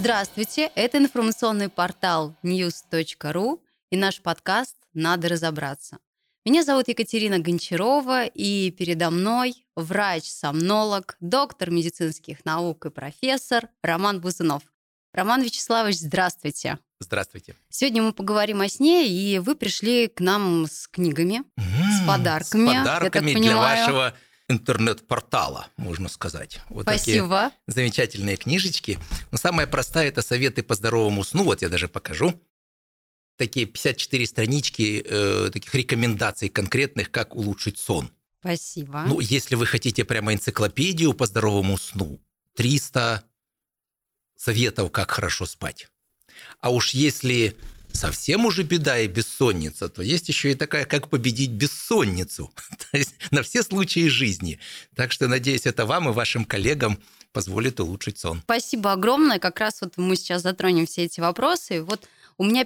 Здравствуйте, это информационный портал news.ru и наш подкаст «Надо разобраться». Меня зовут Екатерина Гончарова, и передо мной врач-сомнолог, доктор медицинских наук и профессор Роман Бузунов. Роман Вячеславович, здравствуйте. Здравствуйте. Сегодня мы поговорим о сне, и вы пришли к нам с книгами, с подарками. С подарками для вашего интернет-портала, можно сказать. Вот Спасибо. Такие замечательные книжечки. Но самое простое – это советы по здоровому сну. Вот я даже покажу. Такие 54 странички таких рекомендаций конкретных, как улучшить сон. Спасибо. Ну, если вы хотите прямо энциклопедию по здоровому сну, 300 советов, как хорошо спать. А уж если совсем уже беда и бессонница, то есть еще и такая, как победить бессонницу. То есть на все случаи жизни. Так что, надеюсь, это вам и вашим коллегам позволит улучшить сон. Спасибо огромное. Как раз вот мы сейчас затронем все эти вопросы. Вот у меня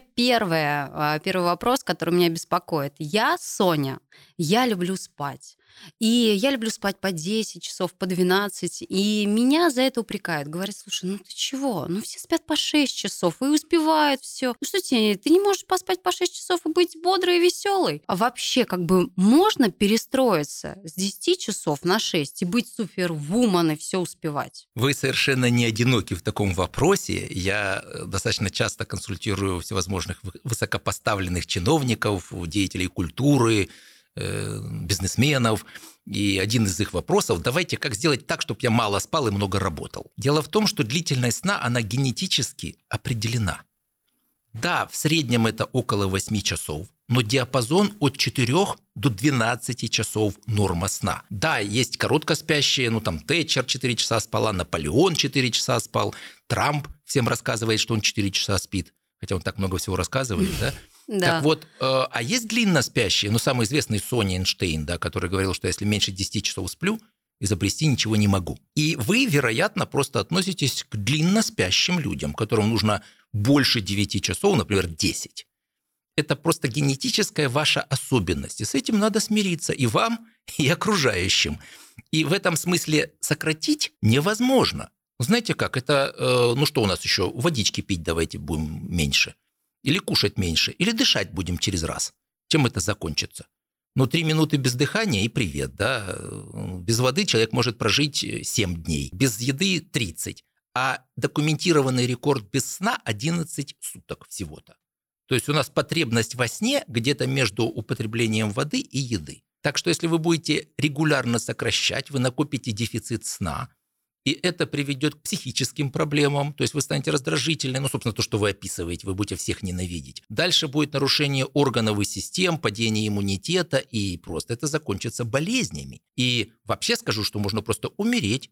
первый вопрос, который меня беспокоит. Я Соня, я люблю спать. И я люблю спать по 10 часов, по 12. И меня за это упрекают. Говорят, слушай, ну ты чего? Ну все спят по 6 часов и успевают все. Ну что тебе, ты не можешь поспать по 6 часов и быть бодрой и веселой? А вообще, как бы можно перестроиться с 10 часов на 6 и быть супервумен и все успевать? Вы совершенно не одиноки в таком вопросе. Я достаточно часто консультирую всевозможных высокопоставленных чиновников, деятелей культуры, бизнесменов. И один из их вопросов: давайте как сделать так, чтобы я мало спал и много работал. Дело в том, что длительность сна, она генетически определена. Да, в среднем это около 8 часов, но диапазон от 4 до 12 часов норма сна. Да, есть короткоспящие, Тэтчер 4 часа спала, Наполеон 4 часа спал, Трамп всем рассказывает, что он 4 часа спит, хотя он так много всего рассказывает, да? Да. Так вот, а есть длинно спящие, самый известный Соня Эйнштейн, да, который говорил, что если меньше 10 часов сплю, изобрести ничего не могу. И вы, вероятно, просто относитесь к длинно спящим людям, которым нужно больше 9 часов, например, 10. Это просто генетическая ваша особенность, и с этим надо смириться и вам, и окружающим. И в этом смысле сократить невозможно. Знаете как, это, что у нас еще, водички пить давайте будем меньше. Или кушать меньше, или дышать будем через раз. Чем это закончится? 3 минуты без дыхания и привет, да? Без воды человек может прожить 7 дней, без еды 30, а документированный рекорд без сна 11 суток всего-то. То есть у нас потребность во сне где-то между употреблением воды и еды. Так что если вы будете регулярно сокращать, вы накопите дефицит сна, и это приведет к психическим проблемам, то есть вы станете раздражительны, собственно, то, что вы описываете, вы будете всех ненавидеть. Дальше будет нарушение органов и систем, падение иммунитета, и просто это закончится болезнями. И вообще скажу, что можно просто умереть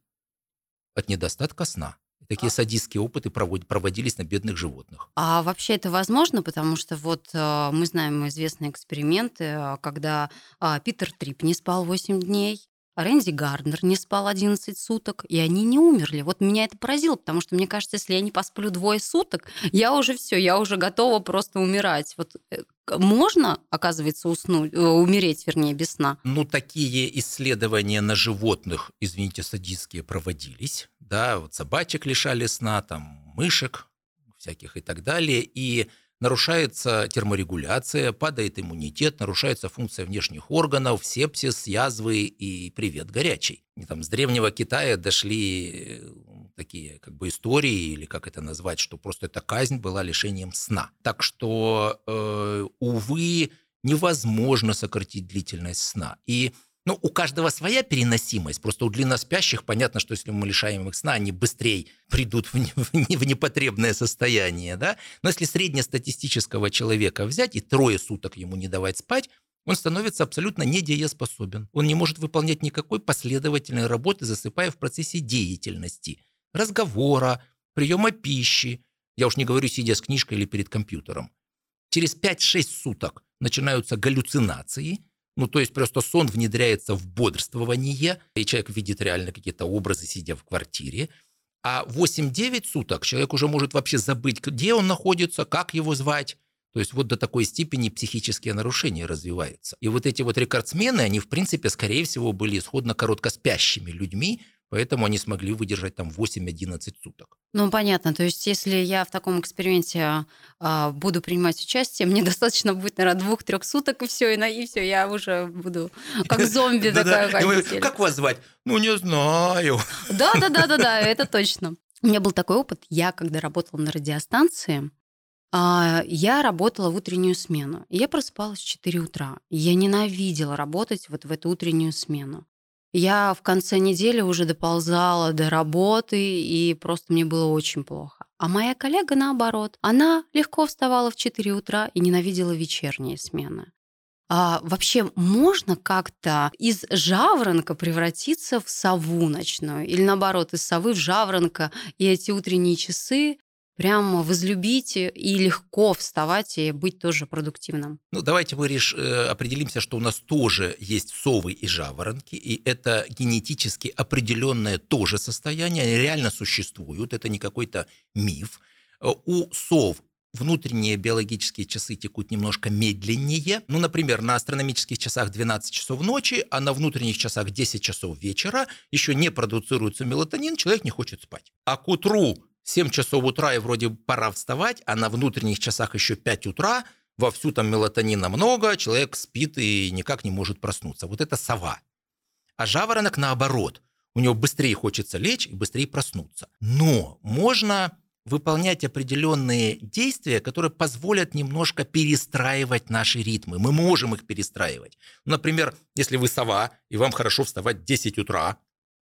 от недостатка сна. Такие садистские опыты проводились на бедных животных. А вообще это возможно? Потому что мы знаем известные эксперименты, когда Питер Трип не спал 8 дней, Рэнди Гарднер не спал 11 суток, и они не умерли. Вот меня это поразило, потому что мне кажется, если я не посплю 2 суток, я уже все, я уже готова просто умирать. Можно, оказывается, умереть, без сна? Такие исследования на животных, извините, садистские, проводились. Да, собачек лишали сна, мышек всяких и так далее. И нарушается терморегуляция, падает иммунитет, нарушается функция внешних органов, сепсис, язвы и привет горячий. И с древнего Китая дошли такие истории, или как это назвать, что просто эта казнь была лишением сна. Так что, увы, невозможно сократить длительность сна. И у каждого своя переносимость. Просто у длинноспящих понятно, что если мы лишаем их сна, они быстрее придут в непотребное состояние. Да? Но если среднестатистического человека взять и 3 суток ему не давать спать, он становится абсолютно недееспособен. Он не может выполнять никакой последовательной работы, засыпая в процессе деятельности, разговора, приема пищи. Я уж не говорю, сидя с книжкой или перед компьютером. Через 5-6 суток начинаются галлюцинации. То есть просто сон внедряется в бодрствование, и человек видит реально какие-то образы, сидя в квартире. А 8-9 суток человек уже может вообще забыть, где он находится, как его звать. То есть до такой степени психические нарушения развиваются. И эти рекордсмены, они, в принципе, скорее всего, были исходно короткоспящими людьми, Поэтому они смогли выдержать там 8-11 суток. Ну, понятно. То есть, если я в таком эксперименте буду принимать участие, мне достаточно будет, наверное, 2-3 суток, и все, и все, я уже буду как зомби Да-да. такая И мы, ходить. как вас звать? Ну, не знаю. Да, это точно. У меня был такой опыт. Я, когда работала на радиостанции, я работала в утреннюю смену. И я просыпалась в 4 утра. И я ненавидела работать вот в эту утреннюю смену. Я в конце недели уже доползала до работы, и просто мне было очень плохо. А моя коллега, наоборот, она легко вставала в 4 утра и ненавидела вечерние смены. Вообще можно как-то из жаворонка превратиться в сову ночную? Или наоборот, из совы в жаворонка, и эти утренние часы прям возлюбить и легко вставать и быть тоже продуктивным? Ну, давайте мы определимся, что у нас тоже есть совы и жаворонки, и это генетически определенное тоже состояние, они реально существуют, это не какой-то миф. У сов внутренние биологические часы текут немножко медленнее. Ну, например, на астрономических часах 12 часов ночи, а на внутренних часах 10 часов вечера еще не продуцируется мелатонин, человек не хочет спать. А к утру 7 часов утра и вроде пора вставать, а на внутренних часах еще 5 утра, вовсю там мелатонина много, человек спит и никак не может проснуться. Вот это сова. А жаворонок наоборот. У него быстрее хочется лечь и быстрее проснуться. Но можно выполнять определенные действия, которые позволят немножко перестраивать наши ритмы. Мы можем их перестраивать. Например, если вы сова, и вам хорошо вставать в 10 утра,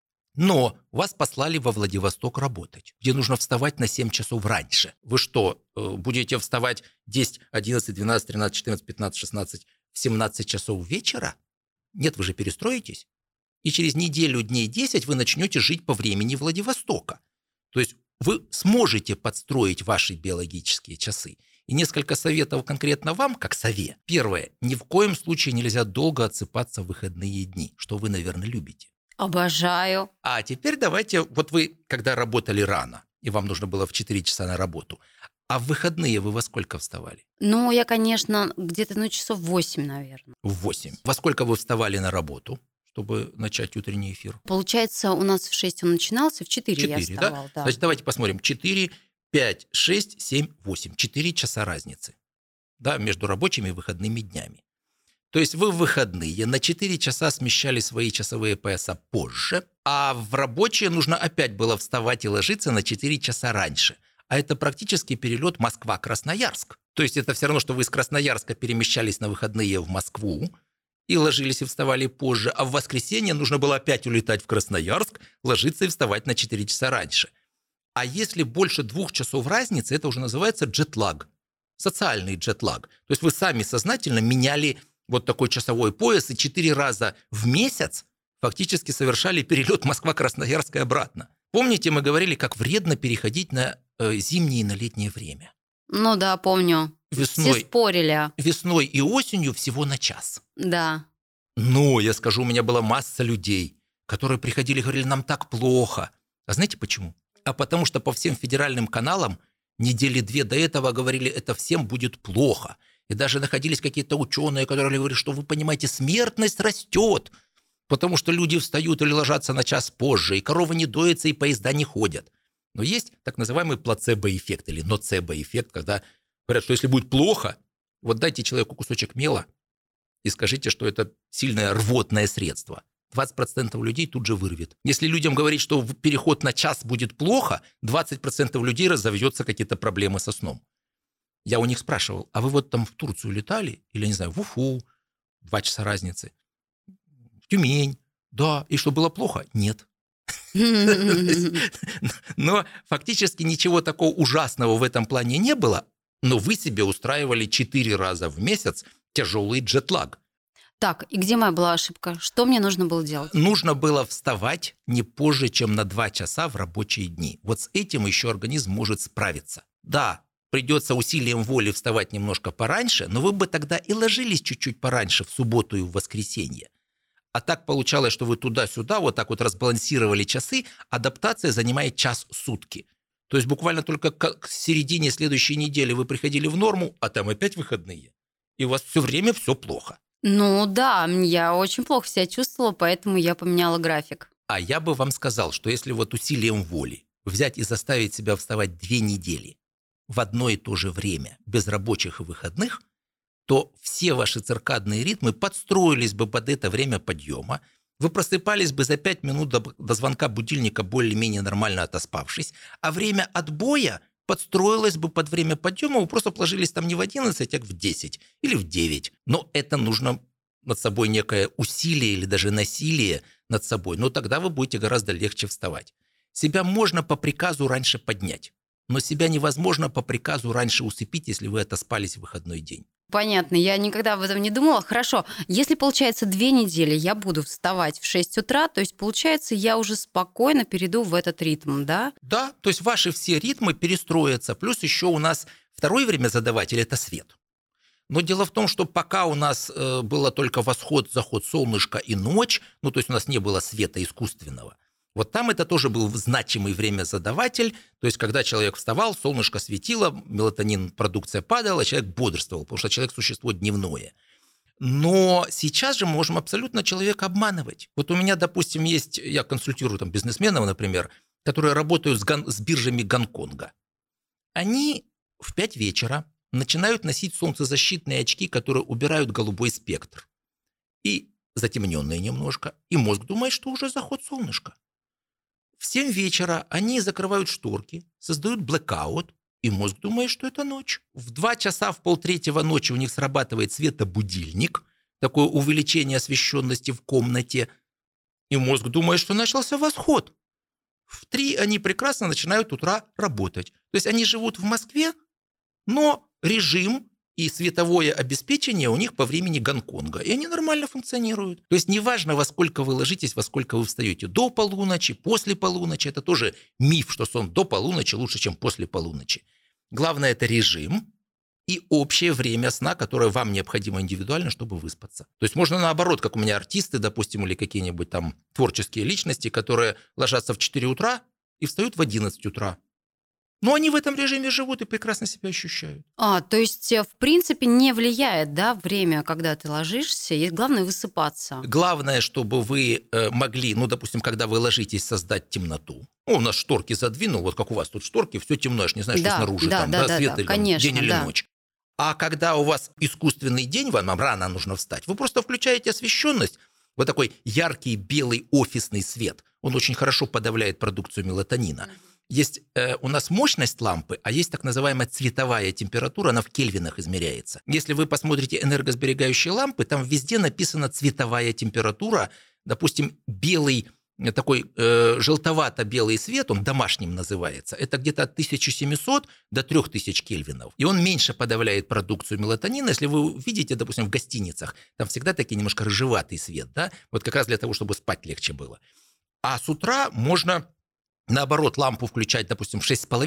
но вас послали во Владивосток работать, где нужно вставать на 7 часов раньше. Вы что, будете вставать 10, 11, 12, 13, 14, 15, 16, 17 часов вечера? Нет, вы же перестроитесь. И через неделю, дней 10 вы начнете жить по времени Владивостока. То есть вы сможете подстроить ваши биологические часы. И несколько советов конкретно вам, как сове. Первое. Ни в коем случае нельзя долго отсыпаться в выходные дни, что вы, наверное, любите. Обожаю. А теперь давайте, вот вы, когда работали рано, и вам нужно было в 4 часа на работу, а в выходные вы во сколько вставали? Ну, я, конечно, где-то часов 8, наверное. В 8. Во сколько вы вставали на работу, чтобы начать утренний эфир? Получается, у нас в 6 он начинался, в 4 я 4, вставала. Да? Значит, давайте посмотрим. 4, 5, 6, 7, 8. 4 часа разницы, да, между рабочими и выходными днями. То есть вы в выходные на 4 часа смещали свои часовые пояса позже, а в рабочие нужно опять было вставать и ложиться на 4 часа раньше. А это практически перелет Москва-Красноярск. То есть это все равно, что вы из Красноярска перемещались на выходные в Москву и ложились и вставали позже, а в воскресенье нужно было опять улетать в Красноярск, ложиться и вставать на 4 часа раньше. А если больше 2 часов разницы, это уже называется джетлаг, социальный джетлаг. То есть вы сами сознательно меняли вот такой часовой пояс и 4 раза в месяц фактически совершали перелет Москва-Красноярск и обратно. Помните, мы говорили, как вредно переходить на зимнее и на летнее время? Ну да, помню. Все спорили. Весной и осенью всего на час. Да. Но, я скажу, у меня была масса людей, которые приходили и говорили, нам так плохо. А знаете почему? А потому что по всем федеральным каналам недели 2 до этого говорили, это всем будет плохо. И даже находились какие-то ученые, которые говорили, что вы понимаете, смертность растет, потому что люди встают или ложатся на час позже, и коровы не доятся, и поезда не ходят. Но есть так называемый плацебо-эффект или ноцебо-эффект, когда говорят, что если будет плохо, вот дайте человеку кусочек мела и скажите, что это сильное рвотное средство. 20% людей тут же вырвет. Если людям говорить, что переход на час будет плохо, 20% людей разовьется какие-то проблемы со сном. Я у них спрашивал, а вы вот там в Турцию летали? Или, не знаю, в Уфу, 2 часа разницы, в Тюмень? Да. И что, было плохо? Нет. Но фактически ничего такого ужасного в этом плане не было, но вы себе устраивали 4 раза в месяц тяжелый джетлаг. Так, и где моя была ошибка? Что мне нужно было делать? Нужно было вставать не позже, чем на 2 часа в рабочие дни. Вот с этим еще организм может справиться. Да, придется усилием воли вставать немножко пораньше, но вы бы тогда и ложились чуть-чуть пораньше в субботу и в воскресенье. А так получалось, что вы туда-сюда вот так вот разбалансировали часы, адаптация занимает час сутки. То есть буквально только к середине следующей недели вы приходили в норму, а там опять выходные. И у вас все время все плохо. Ну да, я очень плохо себя чувствовала, поэтому я поменяла график. А я бы вам сказал, что если вот усилием воли взять и заставить себя вставать 2 недели в одно и то же время, без рабочих и выходных, то все ваши циркадные ритмы подстроились бы под это время подъема, вы просыпались бы за 5 минут до звонка будильника более-менее нормально отоспавшись, а время отбоя подстроилось бы под время подъема, вы просто ложились там не в 11, а в 10 или в 9. Но это нужно над собой некое усилие или даже насилие над собой, но тогда вы будете гораздо легче вставать. Себя можно по приказу раньше поднять, но себя невозможно по приказу раньше усыпить, если вы отоспались в выходной день. Понятно, я никогда об этом не думала. Хорошо, если, получается, 2 недели я буду вставать в 6 утра, то есть, получается, я уже спокойно перейду в этот ритм, да? Да, то есть ваши все ритмы перестроятся, плюс еще у нас второй времязадаватель – это свет. Но дело в том, что пока у нас было только восход, заход солнышка и ночь, ну, то есть у нас не было света искусственного, вот там это тоже был значимый времязадаватель, то есть когда человек вставал, солнышко светило, мелатонин, продукция падала, человек бодрствовал, потому что человек – существо дневное. Но сейчас же мы можем абсолютно человека обманывать. Вот у меня, допустим, есть, я консультирую там бизнесменов, например, которые работают с биржами Гонконга. Они в 5 вечера начинают носить солнцезащитные очки, которые убирают голубой спектр. И затемненные немножко, и мозг думает, что уже заход солнышка. В 7 вечера они закрывают шторки, создают блэкаут, и мозг думает, что это ночь. В 2 часа, в 2:30 ночи у них срабатывает светобудильник, такое увеличение освещенности в комнате, и мозг думает, что начался восход. В 3 они прекрасно начинают утра работать. То есть они живут в Москве, но режим и световое обеспечение у них по времени Гонконга, и они нормально функционируют. То есть неважно, во сколько вы ложитесь, во сколько вы встаете, до полуночи, после полуночи, это тоже миф, что сон до полуночи лучше, чем после полуночи. Главное – это режим и общее время сна, которое вам необходимо индивидуально, чтобы выспаться. То есть можно наоборот, как у меня артисты, допустим, или какие-нибудь там творческие личности, которые ложатся в 4 утра и встают в 11 утра. Но они в этом режиме живут и прекрасно себя ощущают. То есть, в принципе, не влияет, да, время, когда ты ложишься, и главное высыпаться. Главное, чтобы вы могли, ну, допустим, когда вы ложитесь, создать темноту. Ну, у нас шторки задвинул, вот как у вас тут шторки, все темно, я ж не знаю, что снаружи, там, свет или конечно, день или ночь. А когда у вас искусственный день, вам рано нужно встать, вы просто включаете освещенность, вот такой яркий белый офисный свет, он очень хорошо подавляет продукцию мелатонина. Есть у нас мощность лампы, а есть так называемая цветовая температура, она в кельвинах измеряется. Если вы посмотрите энергосберегающие лампы, там везде написана цветовая температура, допустим, белый, такой желтовато-белый свет, он домашним называется, это где-то от 1700 до 3000 кельвинов. И он меньше подавляет продукцию мелатонина. Если вы видите, допустим, в гостиницах, там всегда такой немножко рыжеватый свет, да, вот как раз для того, чтобы спать легче было. А с утра можно... Наоборот, лампу включать, допустим, в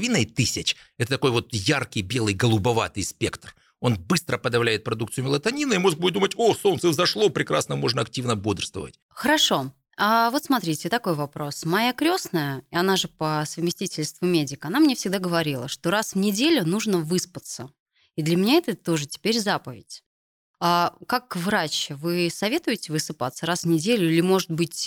6500, это такой вот яркий белый голубоватый спектр. Он быстро подавляет продукцию мелатонина, и мозг будет думать: о, солнце взошло, прекрасно, можно активно бодрствовать. Хорошо. А вот смотрите, такой вопрос. Моя крестная, она же по совместительству медик, она мне всегда говорила, что раз в неделю нужно выспаться. И для меня это тоже теперь заповедь. А как врач, вы советуете высыпаться раз в неделю или, может быть,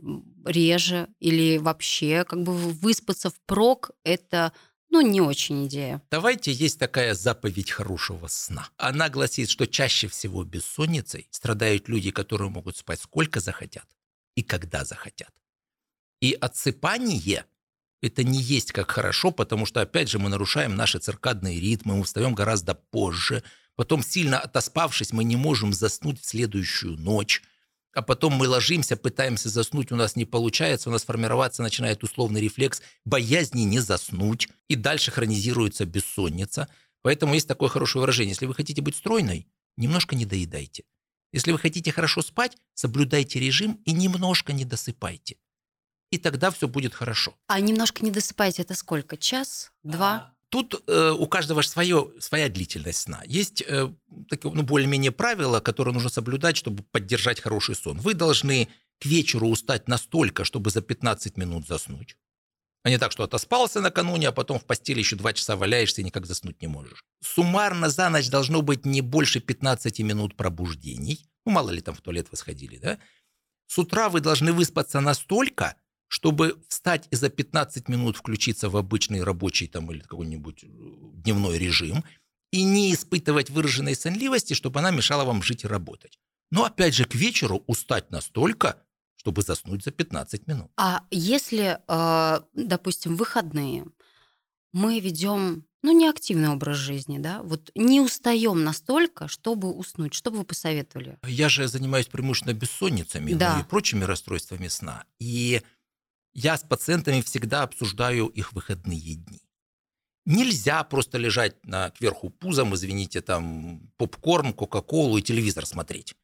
реже, или вообще как бы выспаться впрок – это, не очень идея? Давайте, есть такая заповедь хорошего сна. Она гласит, что чаще всего бессонницей страдают люди, которые могут спать сколько захотят и когда захотят. И отсыпание – это не есть как хорошо, потому что, опять же, мы нарушаем наши циркадные ритмы, мы встаем гораздо позже. Потом, сильно отоспавшись, мы не можем заснуть в следующую ночь. А потом мы ложимся, пытаемся заснуть, у нас не получается, у нас формироваться начинает условный рефлекс боязни не заснуть. И дальше хронизируется бессонница. Поэтому есть такое хорошее выражение: если вы хотите быть стройной, немножко не доедайте. Если вы хотите хорошо спать, соблюдайте режим и немножко не досыпайте. И тогда все будет хорошо. А немножко не досыпайте – это сколько? Час? 2? Тут у каждого своя длительность сна. Есть такие, более-менее правила, которые нужно соблюдать, чтобы поддержать хороший сон. Вы должны к вечеру устать настолько, чтобы за 15 минут заснуть. А не так, что отоспался накануне, а потом в постели еще 2 часа валяешься и никак заснуть не можешь. Суммарно за ночь должно быть не больше 15 минут пробуждений. Мало ли там в туалет вы сходили, да? С утра вы должны выспаться настолько, чтобы встать и за 15 минут включиться в обычный рабочий там, или какой-нибудь дневной режим и не испытывать выраженной сонливости, чтобы она мешала вам жить и работать. Но опять же к вечеру устать настолько, чтобы заснуть за 15 минут. А если, допустим, в выходные мы ведем, ну, неактивный образ жизни, да, вот не устаем настолько, чтобы уснуть, что бы вы посоветовали? Я же занимаюсь преимущественно бессонницами, ну и Да. прочими расстройствами сна. И я с пациентами всегда обсуждаю их выходные дни. Нельзя просто лежать кверху пузом, извините, там попкорн, кока-колу и телевизор смотреть.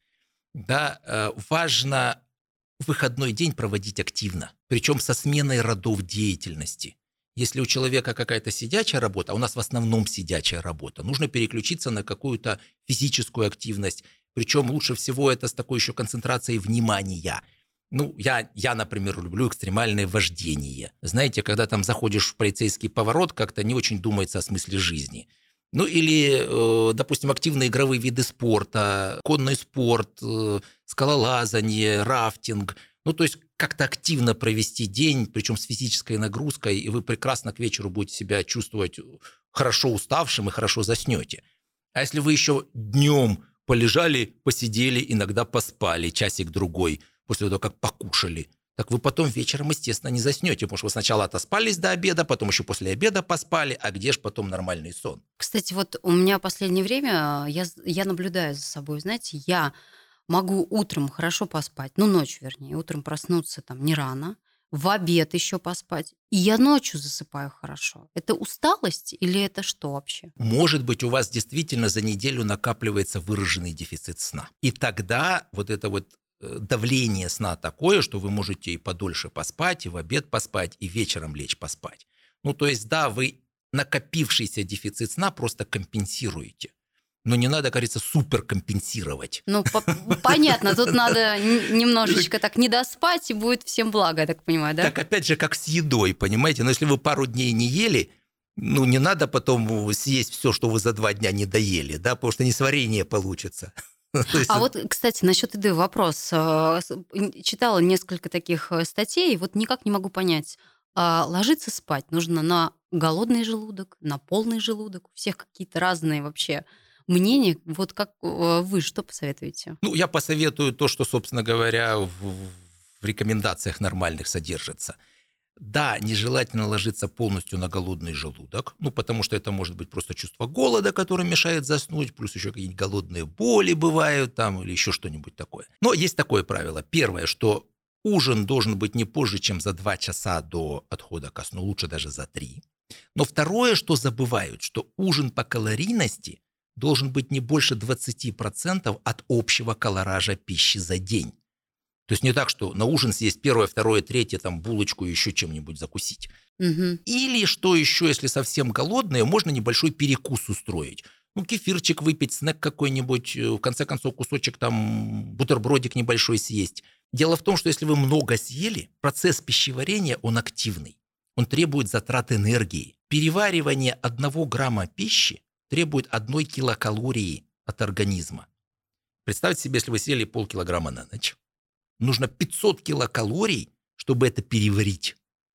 Да, важно выходной день проводить активно, причем со сменой родов деятельности. Если у человека какая-то сидячая работа, а у нас в основном сидячая работа, нужно переключиться на какую-то физическую активность, причем лучше всего это с такой еще концентрацией внимания. Ну, я, например, люблю экстремальное вождение. Знаете, когда там заходишь в полицейский поворот, как-то не очень думается о смысле жизни. Ну, или, допустим, активные игровые виды спорта, конный спорт, скалолазание, рафтинг. Ну, то есть как-то активно провести день, причем с физической нагрузкой, и вы прекрасно к вечеру будете себя чувствовать хорошо уставшим и хорошо заснете. А если вы еще днем полежали, посидели, иногда поспали часик-другой, после того, как покушали, так вы потом вечером, естественно, не заснете, потому что вы сначала отоспались до обеда, потом еще после обеда поспали, а где же потом нормальный сон? Кстати, вот у меня в последнее время, я наблюдаю за собой, знаете, я могу утром хорошо поспать, ну, ночью, вернее, утром проснуться там не рано, в обед еще поспать, и я ночью засыпаю хорошо. Это усталость или это что вообще? Может быть, у вас действительно за неделю накапливается выраженный дефицит сна. И тогда вот это вот давление сна такое, что вы можете и подольше поспать, и в обед поспать, и вечером лечь поспать. Ну, то есть, да, вы накопившийся дефицит сна просто компенсируете. Но не надо, кажется, суперкомпенсировать. Ну, понятно, тут надо немножечко так не доспать, и будет всем благо, я так понимаю, да? Так опять же, как с едой, понимаете? Но если вы пару дней не ели, ну, не надо потом съесть все, что вы за 2 дня не доели, да, потому что несварение получится. А вот, кстати, насчет еды вопрос. Читала несколько таких статей, вот никак не могу понять. Ложиться спать нужно на голодный желудок, на полный желудок? У всех какие-то разные вообще мнения. Вот как вы что посоветуете? Ну, я посоветую то, что, собственно говоря, в рекомендациях нормальных содержится. Да, нежелательно ложиться полностью на голодный желудок, ну, потому что это может быть просто чувство голода, которое мешает заснуть, плюс еще какие-нибудь голодные боли бывают там или еще что-нибудь такое. Но есть такое правило. Первое, что ужин должен быть не позже, чем за 2 часа до отхода ко сну, лучше даже за 3. Но второе, что забывают, что ужин по калорийности должен быть не больше 20% от общего калоража пищи за день. То есть не так, что на ужин съесть первое, второе, третье, там булочку и еще чем-нибудь закусить. Мгм. Или, что еще, если совсем голодные, можно небольшой перекус устроить. Ну, кефирчик выпить, снэк какой-нибудь, в конце концов, кусочек там, бутербродик небольшой съесть. Дело в том, что если вы много съели, процесс пищеварения, он активный. Он требует затрат энергии. Переваривание 1 грамма пищи требует 1 килокалории от организма. Представьте себе, если вы съели полкилограмма на ночь. Нужно 500 килокалорий, чтобы это переварить.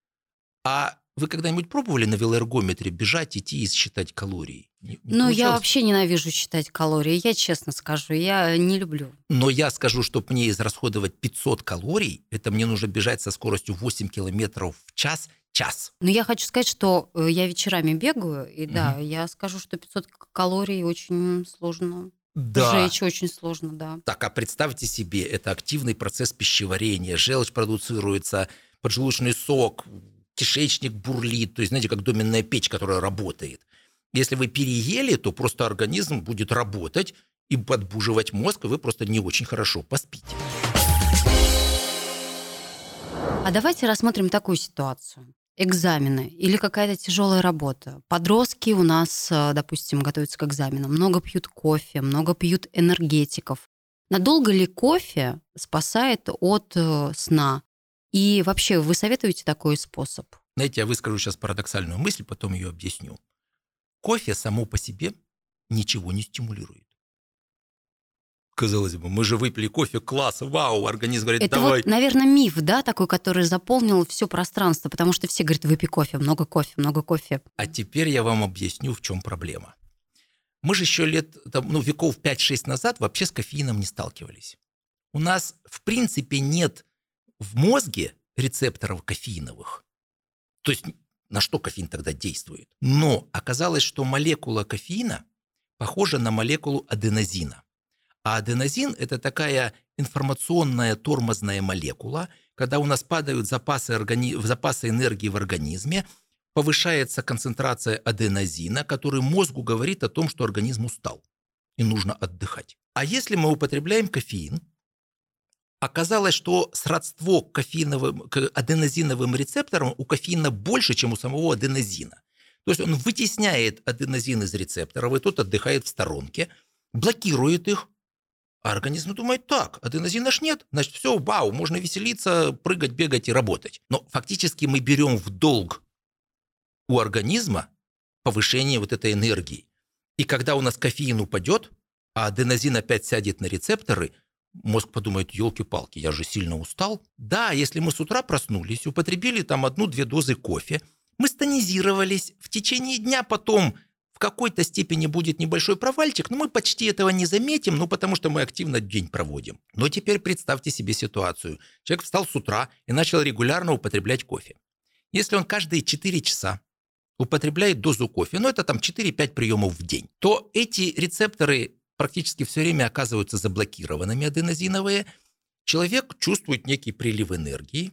А вы когда-нибудь пробовали на велоэргометре бежать, идти и считать калории? Не Ну, я получалось? вообще ненавижу считать калории, я честно скажу, я не люблю. Но я скажу, чтобы мне израсходовать 500 калорий, это мне нужно бежать со скоростью 8 километров в час. Но я хочу сказать, что я вечерами бегаю, и да, Мгм. я скажу, что 500 калорий очень сложно Да. сжечь, очень сложно, да. Так, а представьте себе, это активный процесс пищеварения, желчь продуцируется, поджелудочный сок, кишечник бурлит, то есть, знаете, как доменная печь, которая работает. Если вы переели, то просто организм будет работать и подбуживать мозг, и вы просто не очень хорошо поспите. А давайте рассмотрим такую ситуацию. Экзамены или какая-то тяжелая работа. Подростки у нас, допустим, готовятся к экзаменам, много пьют кофе, много пьют энергетиков. Надолго ли кофе спасает от сна? И вообще, вы советуете такой способ? Знаете, я выскажу сейчас парадоксальную мысль, потом ее объясню. Кофе само по себе ничего не стимулирует. Казалось бы, мы же выпили кофе, класс, вау, организм говорит, Это давай. вот, наверное, миф, да, такой, который заполнил все пространство, потому что все говорят, выпей кофе, много кофе, много кофе. А теперь я вам объясню, в чем проблема. Мы же еще веков 5-6 назад вообще с кофеином не сталкивались. У нас, в принципе, нет в мозге рецепторов кофеиновых. То есть на что кофеин тогда действует? Но оказалось, что молекула кофеина похожа на молекулу аденозина. А аденозин – это такая информационная тормозная молекула, когда у нас падают запасы энергии в организме, повышается концентрация аденозина, который мозгу говорит о том, что организм устал и нужно отдыхать. А если мы употребляем кофеин, оказалось, что сродство к аденозиновым рецепторам у кофеина больше, чем у самого аденозина. То есть он вытесняет аденозин из рецепторов, и тот отдыхает в сторонке, блокирует их, а организм думает, так, аденозина ж нет, значит, все, вау, можно веселиться, прыгать, бегать и работать. Но фактически мы берем в долг у организма повышение вот этой энергии. И когда у нас кофеин упадет, а аденозин опять сядет на рецепторы, мозг подумает, елки-палки, я же сильно устал. Да, если мы с утра проснулись, употребили там 1-2 дозы кофе, мы стонизировались, в течение дня потом в какой-то степени будет небольшой провальчик, но мы почти этого не заметим, потому что мы активно день проводим. Но теперь представьте себе ситуацию. Человек встал с утра и начал регулярно употреблять кофе. Если он каждые 4 часа употребляет дозу кофе, это там 4-5 приемов в день, то эти рецепторы практически все время оказываются заблокированными, аденозиновые. Человек чувствует некий прилив энергии,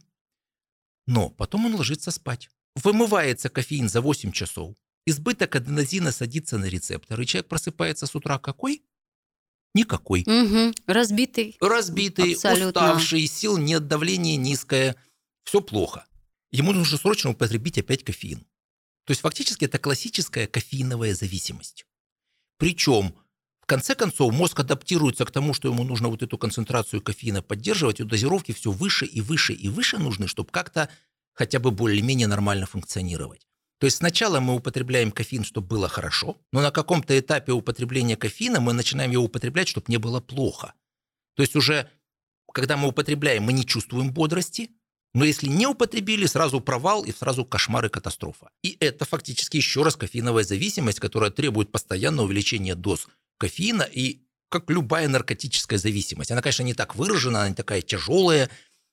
но потом он ложится спать. Вымывается кофеин за 8 часов. Избыток аденозина садится на рецепторы, и человек просыпается с утра какой? Никакой. Угу. Разбитый. Абсолютно. Уставший, сил нет, давление низкое, все плохо. Ему нужно срочно употребить опять кофеин. То есть фактически это классическая кофеиновая зависимость. Причем, в конце концов, мозг адаптируется к тому, что ему нужно вот эту концентрацию кофеина поддерживать, и дозировки все выше и выше и выше нужны, чтобы как-то хотя бы более-менее нормально функционировать. То есть сначала мы употребляем кофеин, чтобы было хорошо, но на каком-то этапе употребления кофеина мы начинаем его употреблять, чтобы не было плохо. То есть уже, когда мы употребляем, мы не чувствуем бодрости, но если не употребили, сразу провал и сразу кошмар и катастрофа. И это фактически еще раз кофеиновая зависимость, которая требует постоянного увеличения доз кофеина, и как любая наркотическая зависимость. Она, конечно, не так выражена, она не такая тяжелая,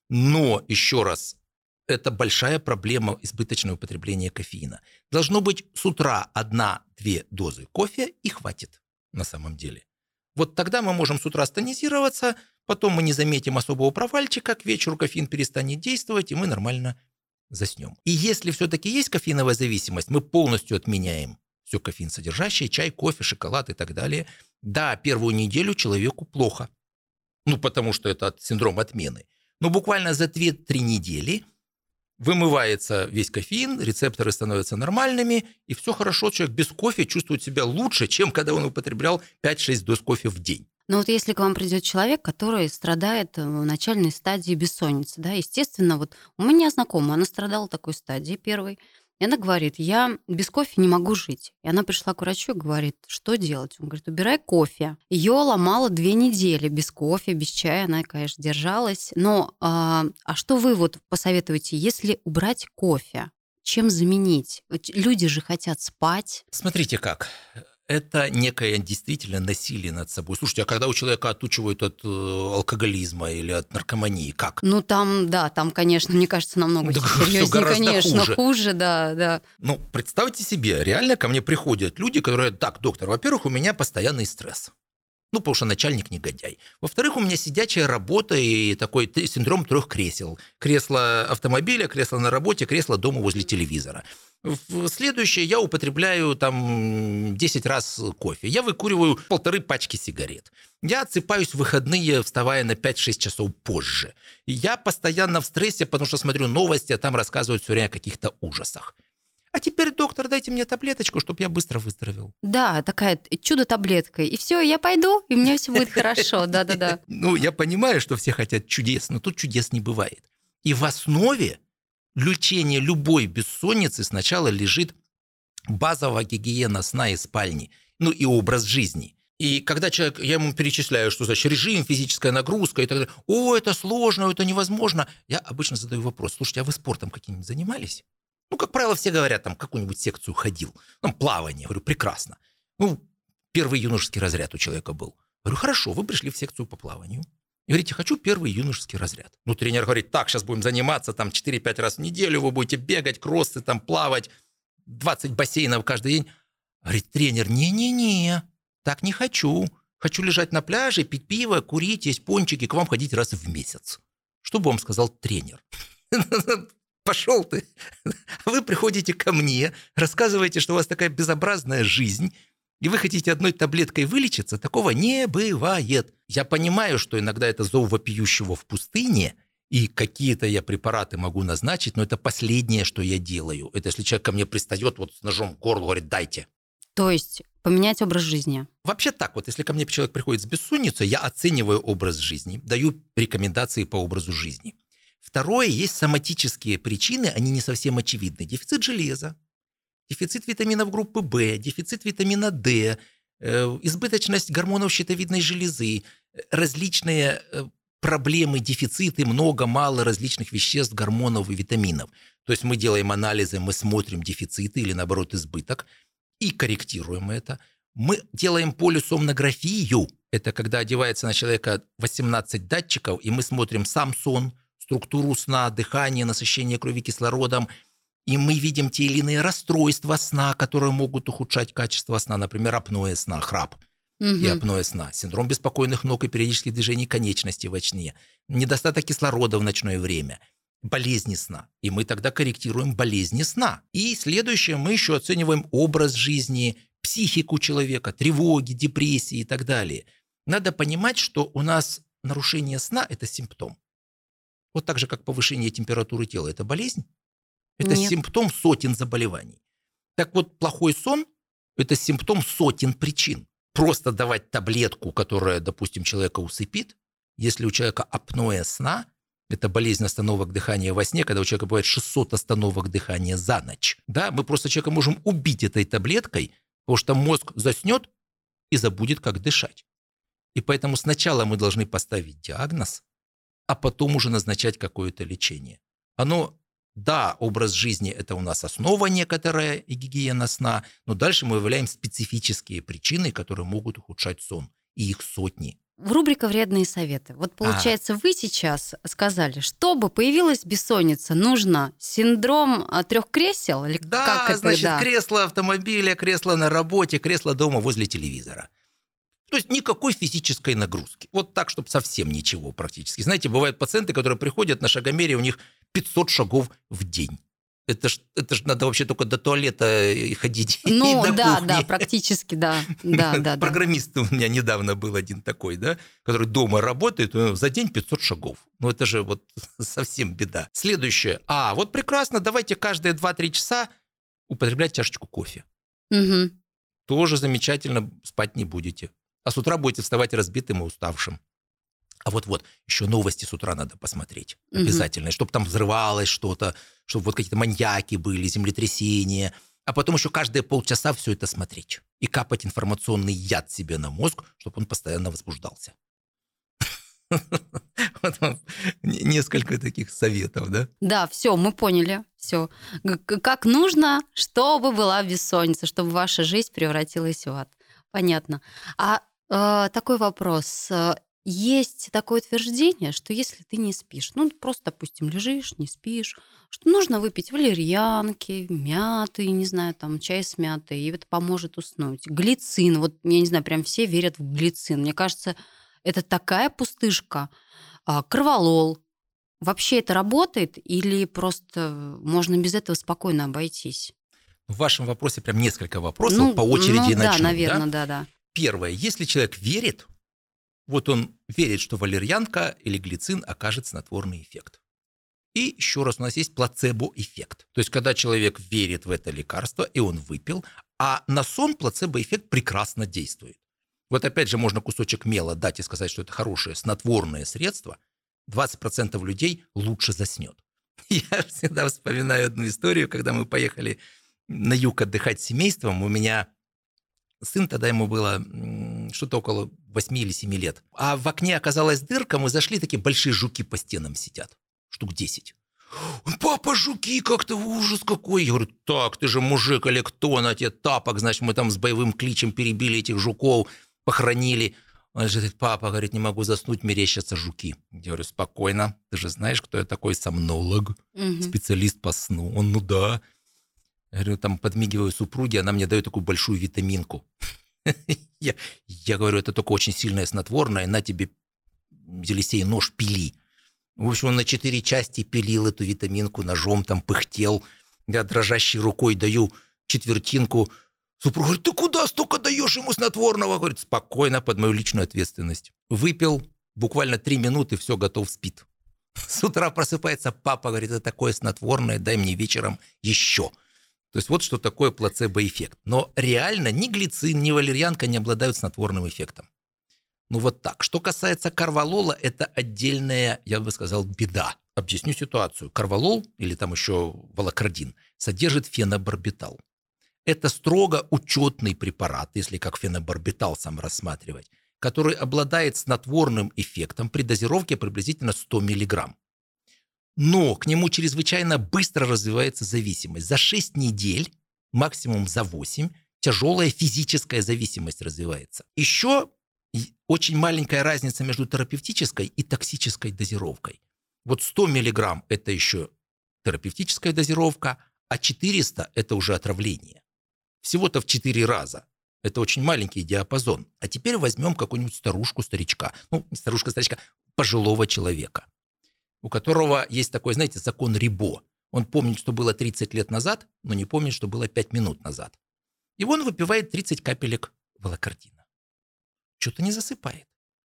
но, еще раз, это большая проблема избыточного употребления кофеина. Должно быть с утра 1-2 дозы кофе и хватит на самом деле. Вот тогда мы можем с утра стонизироваться, потом мы не заметим особого провальчика, к вечеру кофеин перестанет действовать, и мы нормально заснем. И если все-таки есть кофеиновая зависимость, мы полностью отменяем все кофеин содержащее, чай, кофе, шоколад и так далее. Да, первую неделю человеку плохо, потому что это синдром отмены. Но буквально за 2-3 недели вымывается весь кофеин, рецепторы становятся нормальными, и все хорошо, человек без кофе чувствует себя лучше, чем когда он употреблял 5-6 доз кофе в день. Но вот если к вам придет человек, который страдает в начальной стадии бессонницы, да, естественно, вот у меня знакомая, она страдала такой стадии первой, и она говорит, я без кофе не могу жить. И она пришла к врачу и говорит, что делать? Он говорит, убирай кофе. Ее ломало 2 недели без кофе, без чая. Она, конечно, держалась. Но что вы вот посоветуете, если убрать кофе? Чем заменить? Люди же хотят спать. Смотрите как. Это некое действительно насилие над собой. Слушайте, а когда у человека отучивают от алкоголизма или от наркомании, как? Там, конечно, мне кажется, намного серьезнее, конечно, хуже, да. Представьте себе, реально ко мне приходят люди, которые, так, доктор, во-первых, у меня постоянный стресс. Потому что начальник негодяй. Во-вторых, у меня сидячая работа и такой синдром 3 кресел. Кресло автомобиля, кресло на работе, кресло дома возле телевизора. В следующее я употребляю 10 раз кофе. Я выкуриваю 1,5 пачки сигарет. Я отсыпаюсь в выходные, вставая на 5-6 часов позже. Я постоянно в стрессе, потому что смотрю новости, а там рассказывают все время о каких-то ужасах. А теперь, доктор, дайте мне таблеточку, чтобы я быстро выздоровел. Да, такая чудо-таблетка. И все, я пойду, и у меня все будет хорошо. Да-да-да. Я понимаю, что все хотят чудес, но тут чудес не бывает. И в основе лечения любой бессонницы сначала лежит базовая гигиена сна и спальни, и образ жизни. И когда человек, я ему перечисляю, что значит режим, физическая нагрузка и так далее, о, это сложно, это невозможно, я обычно задаю вопрос, слушайте, а вы спортом каким-нибудь занимались? Ну, как правило, все говорят, там, какую-нибудь секцию ходил, там, плавание, говорю, прекрасно. Ну, первый юношеский разряд у человека был. Говорю, хорошо, вы пришли в секцию по плаванию. И говорите, хочу первый юношеский разряд. Ну, тренер говорит, так, сейчас будем заниматься, там, 4-5 раз в неделю, вы будете бегать, кроссы, там, плавать, 20 бассейнов каждый день. Говорит, тренер, не-не-не, так не хочу. Хочу лежать на пляже, пить пиво, курить, есть пончики, к вам ходить раз в месяц. Что бы вам сказал тренер? Пошел ты. Вы приходите ко мне, рассказываете, что у вас такая безобразная жизнь, и вы хотите одной таблеткой вылечиться, такого не бывает. Я понимаю, что иногда это зов вопиющего в пустыне, и какие-то я препараты могу назначить, но это последнее, что я делаю. Это если человек ко мне пристает вот с ножом к горлу, говорит, дайте. То есть поменять образ жизни. Вообще так вот, если ко мне человек приходит с бессонницей, я оцениваю образ жизни, даю рекомендации по образу жизни. Второе, есть соматические причины, они не совсем очевидны. Дефицит железа, дефицит витаминов группы В, дефицит витамина D, избыточность гормонов щитовидной железы, различные проблемы, дефициты, много-мало различных веществ, гормонов и витаминов. То есть мы делаем анализы, мы смотрим дефициты или, наоборот, избыток и корректируем это. Мы делаем полисомнографию. Это когда одевается на человека 18 датчиков, и мы смотрим сам сон, структуру сна, дыхание, насыщение крови кислородом, и мы видим те или иные расстройства сна, которые могут ухудшать качество сна, например, апноэ сна, храп и апноэ сна, синдром беспокойных ног и периодических движений конечностей во сне, недостаток кислорода в ночное время, болезни сна. И мы тогда корректируем болезни сна. И следующее, мы еще оцениваем образ жизни, психику человека, тревоги, депрессии и так далее. Надо понимать, что у нас нарушение сна – это симптом. Вот так же, как повышение температуры тела – это болезнь, это симптом сотен заболеваний. Так вот, плохой сон – это симптом сотен причин. Просто давать таблетку, которая, допустим, человека усыпит, если у человека апноэ сна, это болезнь остановок дыхания во сне, когда у человека бывает 600 остановок дыхания за ночь. Да, мы просто человека можем убить этой таблеткой, потому что мозг заснет и забудет, как дышать. И поэтому сначала мы должны поставить диагноз, а потом уже назначать какое-то лечение. Да, образ жизни – это у нас основа некоторая и гигиена сна, но дальше мы выявляем специфические причины, которые могут ухудшать сон, и их сотни. Рубрика «Вредные советы». Вот получается, вы сейчас сказали, чтобы появилась бессонница, нужно синдром 3 кресел? Или Да, как это? значит, Да. кресло автомобиля, кресло на работе, кресло дома возле телевизора. То есть никакой физической нагрузки. Вот так, чтобы совсем ничего практически. Знаете, бывают пациенты, которые приходят на шагомере, у них 500 шагов в день. Это ж надо вообще только до туалета ходить и до кухни. Да, практически, да. Программист у меня недавно был один такой, да, который дома работает, за день 500 шагов. Ну, это же вот совсем беда. Следующее. Вот прекрасно, давайте каждые 2-3 часа употреблять чашечку кофе. Угу. Тоже замечательно, спать не будете. А с утра будете вставать разбитым и уставшим. А вот еще новости с утра надо посмотреть обязательно, чтобы там взрывалось что-то, чтобы вот какие-то маньяки были, землетрясения. А потом еще каждые полчаса все это смотреть и капать информационный яд себе на мозг, чтобы он постоянно возбуждался. Вот вам несколько таких советов, да? Да, все, мы поняли. Все. Как нужно, чтобы была бессонница, чтобы ваша жизнь превратилась в ад. Понятно. Такой вопрос. Есть такое утверждение, что если ты не спишь, просто, допустим, лежишь, не спишь, что нужно выпить валерьянки, мяты, не знаю, там, чай с мятой, и это поможет уснуть. Глицин, вот, я не знаю, прям все верят в глицин. Мне кажется, это такая пустышка. Корвалол. Вообще это работает или просто можно без этого спокойно обойтись? В вашем вопросе прям несколько вопросов, по очереди начнем. Да, наверное, да. Первое. Если человек верит, вот он верит, что валерьянка или глицин окажет снотворный эффект. И еще раз, у нас есть плацебо-эффект. То есть, когда человек верит в это лекарство, и он выпил, а на сон плацебо-эффект прекрасно действует. Вот опять же можно кусочек мела дать и сказать, что это хорошее снотворное средство, 20% людей лучше заснет. Я всегда вспоминаю одну историю, когда мы поехали на юг отдыхать с семейством. У меня сын, тогда ему было что-то около 8 или 7 лет. А в окне оказалась дырка, мы зашли, такие большие жуки по стенам сидят, штук 10. Он: папа, жуки, как-то ужас какой. Я говорю: так, ты же мужик или кто, на тебе тапок, значит, мы там с боевым кличем перебили этих жуков, похоронили. Он же говорит: папа, говорит, не могу заснуть, мерещатся жуки. Я говорю: спокойно, ты же знаешь, кто я такой, сомнолог, специалист по сну. Он: ну да. Я говорю, там подмигиваю супруге, она мне дает такую большую витаминку. Я говорю: это только очень сильное снотворное, на тебе, Елисей, нож, пили. В общем, он на 4 части пилил эту витаминку ножом, там пыхтел. Я дрожащей рукой даю четвертинку. Супруга говорит: ты куда столько даешь ему снотворного? Говорит: спокойно, под мою личную ответственность. Выпил, буквально 3 минуты, все, готов, спит. С утра просыпается: папа, говорит, это такое снотворное, дай мне вечером еще. То есть вот что такое плацебо-эффект. Но реально ни глицин, ни валерьянка не обладают снотворным эффектом. Ну вот так. Что касается карвалола, это отдельная, я бы сказал, беда. Объясню ситуацию. Карвалол, или там еще волокордин, содержит фенобарбитал. Это строго учетный препарат, если как фенобарбитал сам рассматривать, который обладает снотворным эффектом при дозировке приблизительно 100 мг. Но к нему чрезвычайно быстро развивается зависимость. За 6 недель, максимум за 8, тяжелая физическая зависимость развивается. Еще очень маленькая разница между терапевтической и токсической дозировкой. Вот 100 мг – это еще терапевтическая дозировка, а 400 – это уже отравление. Всего-то в 4 раза. Это очень маленький диапазон. А теперь возьмем какую-нибудь старушку-старичка. Ну, не старушка-старичка, пожилого человека, у которого есть такой, знаете, закон Рибо. Он помнит, что было 30 лет назад, но не помнит, что было 5 минут назад. И он выпивает 30 капелек волокордина. Что-то не засыпает.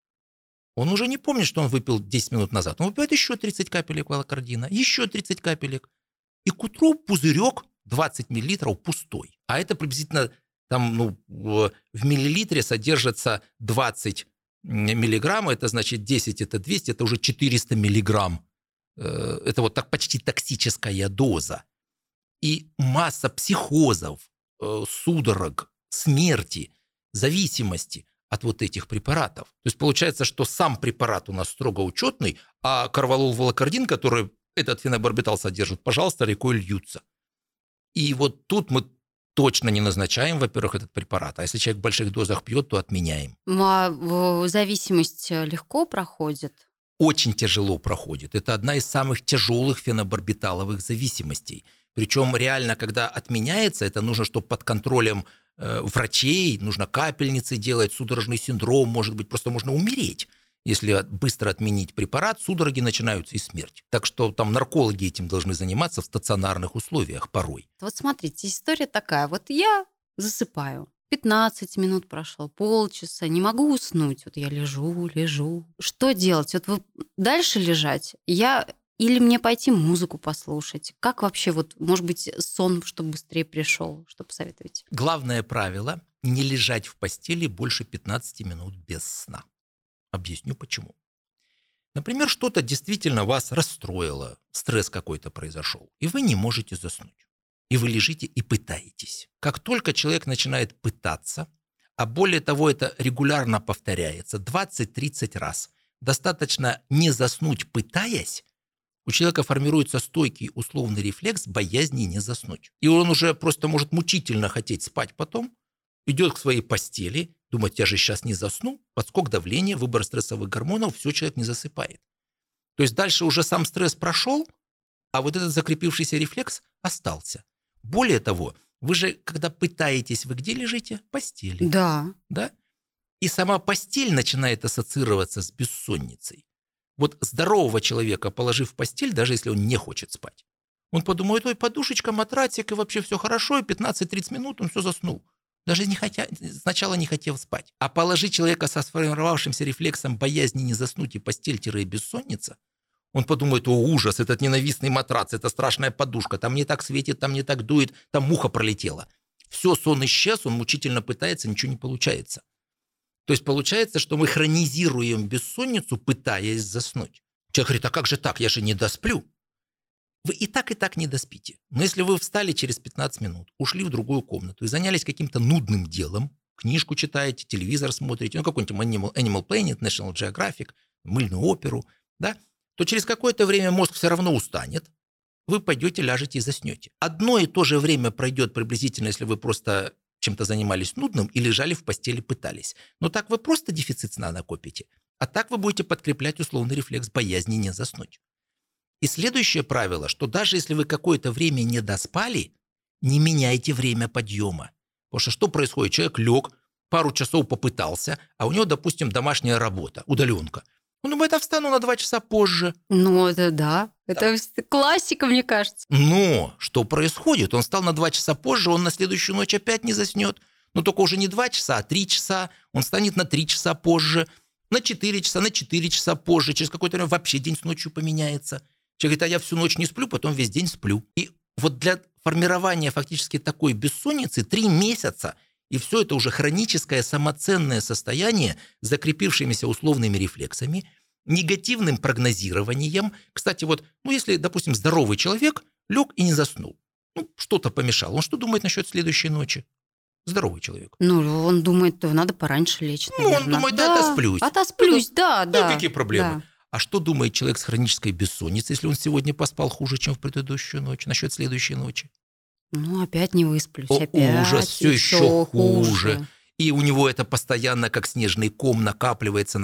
Он уже не помнит, что он выпил 10 минут назад. Он выпивает еще 30 капелек волокордина, еще 30 капелек. И к утру пузырек 20 мл пустой. А это приблизительно там, в миллилитре содержится 20 миллиграмм. Это значит 10 это 200, это уже 400 миллиграмм. Это вот так почти токсическая доза. И масса психозов, судорог, смерти, зависимости от вот этих препаратов. То есть получается, что сам препарат у нас строго учетный, а карвалол-волокордин, который этот фенобарбитал содержит, пожалуйста, рекой льются. И вот тут мы точно не назначаем, во-первых, этот препарат. А если человек в больших дозах пьет, то отменяем. А зависимость легко проходит? Очень тяжело проходит. Это одна из самых тяжелых фенобарбиталовых зависимостей. Причем реально, когда отменяется, это нужно, чтобы под контролем врачей, нужно капельницы делать, судорожный синдром, может быть, просто можно умереть. Если быстро отменить препарат, судороги начинаются и смерть. Так что там наркологи этим должны заниматься в стационарных условиях порой. Вот смотрите, история такая. Вот я засыпаю. 15 минут прошло, полчаса, не могу уснуть. Вот я лежу. Что делать? Вот вы дальше лежать? Или мне пойти музыку послушать? Как вообще, вот, может быть, сон, чтобы быстрее пришел? Что посоветуете? Главное правило – не лежать в постели больше 15 минут без сна. Объясню почему. Например, что-то действительно вас расстроило, стресс какой-то произошел, и вы не можете заснуть. И вы лежите и пытаетесь. Как только человек начинает пытаться, а более того, это регулярно повторяется, 20-30 раз, достаточно не заснуть, пытаясь, у человека формируется стойкий условный рефлекс боязни не заснуть. И он уже просто может мучительно хотеть спать потом, идет к своей постели, думает: я же сейчас не засну, подскок давления, выбор стрессовых гормонов, все, человек не засыпает. То есть дальше уже сам стресс прошел, а вот этот закрепившийся рефлекс остался. Более того, вы же, когда пытаетесь, вы где лежите? В постели. Да. И сама постель начинает ассоциироваться с бессонницей. Вот здорового человека, положив в постель, даже если он не хочет спать, он подумает: ой, подушечка, матрацик, и вообще все хорошо, и 15-30 минут он все заснул. Даже сначала не хотел спать. А положить человека со сформировавшимся рефлексом боязни не заснуть и постель-бессонница, он подумает: о, ужас, этот ненавистный матрац, это страшная подушка, там не так светит, там не так дует, там муха пролетела. Все, сон исчез, он мучительно пытается, ничего не получается. То есть получается, что мы хронизируем бессонницу, пытаясь заснуть. Человек говорит: а как же так, я же не досплю. Вы и так не доспите. Но если вы встали через 15 минут, ушли в другую комнату и занялись каким-то нудным делом, книжку читаете, телевизор смотрите, какой-нибудь Animal Planet, National Geographic, мыльную оперу, да, то через какое-то время мозг все равно устанет, вы пойдете, ляжете и заснете. Одно и то же время пройдет приблизительно, если вы просто чем-то занимались нудным и лежали в постели, пытались. Но так вы просто дефицит сна накопите, а так вы будете подкреплять условный рефлекс боязни не заснуть. И следующее правило, что даже если вы какое-то время не доспали, не меняйте время подъема. Потому что происходит? Человек лег, пару часов попытался, а у него, допустим, домашняя работа, удаленка. Он думает, я встану на 2 часа позже. Ну, это да. Это классика, мне кажется. Но что происходит? Он встал на 2 часа позже, он на следующую ночь опять не заснет. Но только уже не 2 часа, а 3 часа. Он станет на 3 часа позже, на 4 часа, на 4 часа позже. Через какое-то время вообще день с ночью поменяется. Человек говорит, а я всю ночь не сплю, потом весь день сплю. И вот для формирования фактически такой бессонницы 3 месяца, и все это уже хроническое самоценное состояние с закрепившимися условными рефлексами, негативным прогнозированием. Кстати, вот, если, допустим, здоровый человек лег и не заснул, что-то помешало, он что думает насчет следующей ночи? Здоровый человек. Он думает, надо пораньше лечь, наверное. Он думает, отосплюсь. Отосплюсь, да. Какие проблемы? Да. А что думает человек с хронической бессонницей, если он сегодня поспал хуже, чем в предыдущую ночь, насчет следующей ночи? Опять не высплюсь, опять. Ужас, все еще хуже. И у него это постоянно, как снежный ком, накапливается.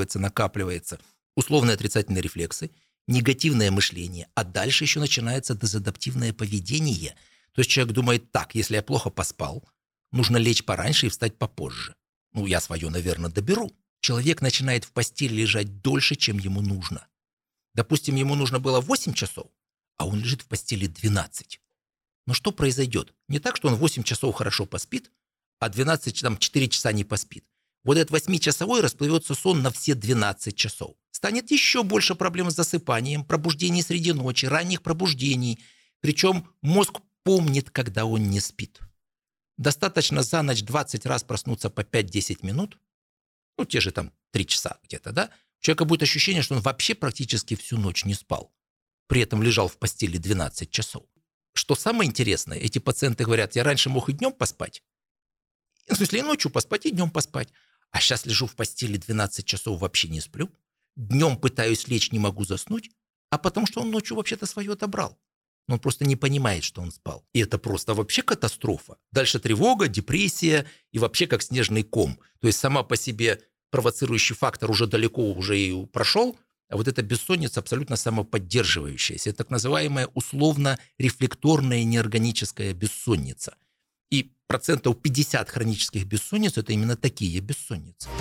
Условные отрицательные рефлексы, негативное мышление, а дальше еще начинается дезадаптивное поведение. То есть человек думает, так, если я плохо поспал, нужно лечь пораньше и встать попозже. Я свое, наверное, доберу. Человек начинает в постели лежать дольше, чем ему нужно. Допустим, ему нужно было 8 часов, а он лежит в постели 12. Но что произойдет? Не так, что он 8 часов хорошо поспит, а 4 часа не поспит. Вот этот 8-часовой расплывется сон на все 12 часов. Станет еще больше проблем с засыпанием, пробуждений среди ночи, ранних пробуждений. Причем мозг помнит, когда он не спит. Достаточно за ночь 20 раз проснуться по 5-10 минут, те же 3 часа где-то, да? У человека будет ощущение, что он вообще практически всю ночь не спал. При этом лежал в постели 12 часов. Что самое интересное, эти пациенты говорят, я раньше мог и днем поспать. В смысле, и ночью поспать, и днем поспать. А сейчас лежу в постели 12 часов, вообще не сплю. Днем пытаюсь лечь, не могу заснуть. А потому что он ночью вообще-то свое отобрал. Но он просто не понимает, что он спал. И это просто вообще катастрофа. Дальше тревога, депрессия и вообще как снежный ком. То есть сама по себе провоцирующий фактор уже далеко уже и прошел, а вот эта бессонница абсолютно самоподдерживающаяся. Это так называемая условно-рефлекторная неорганическая бессонница. И 50% хронических бессонниц – это именно такие бессонницы.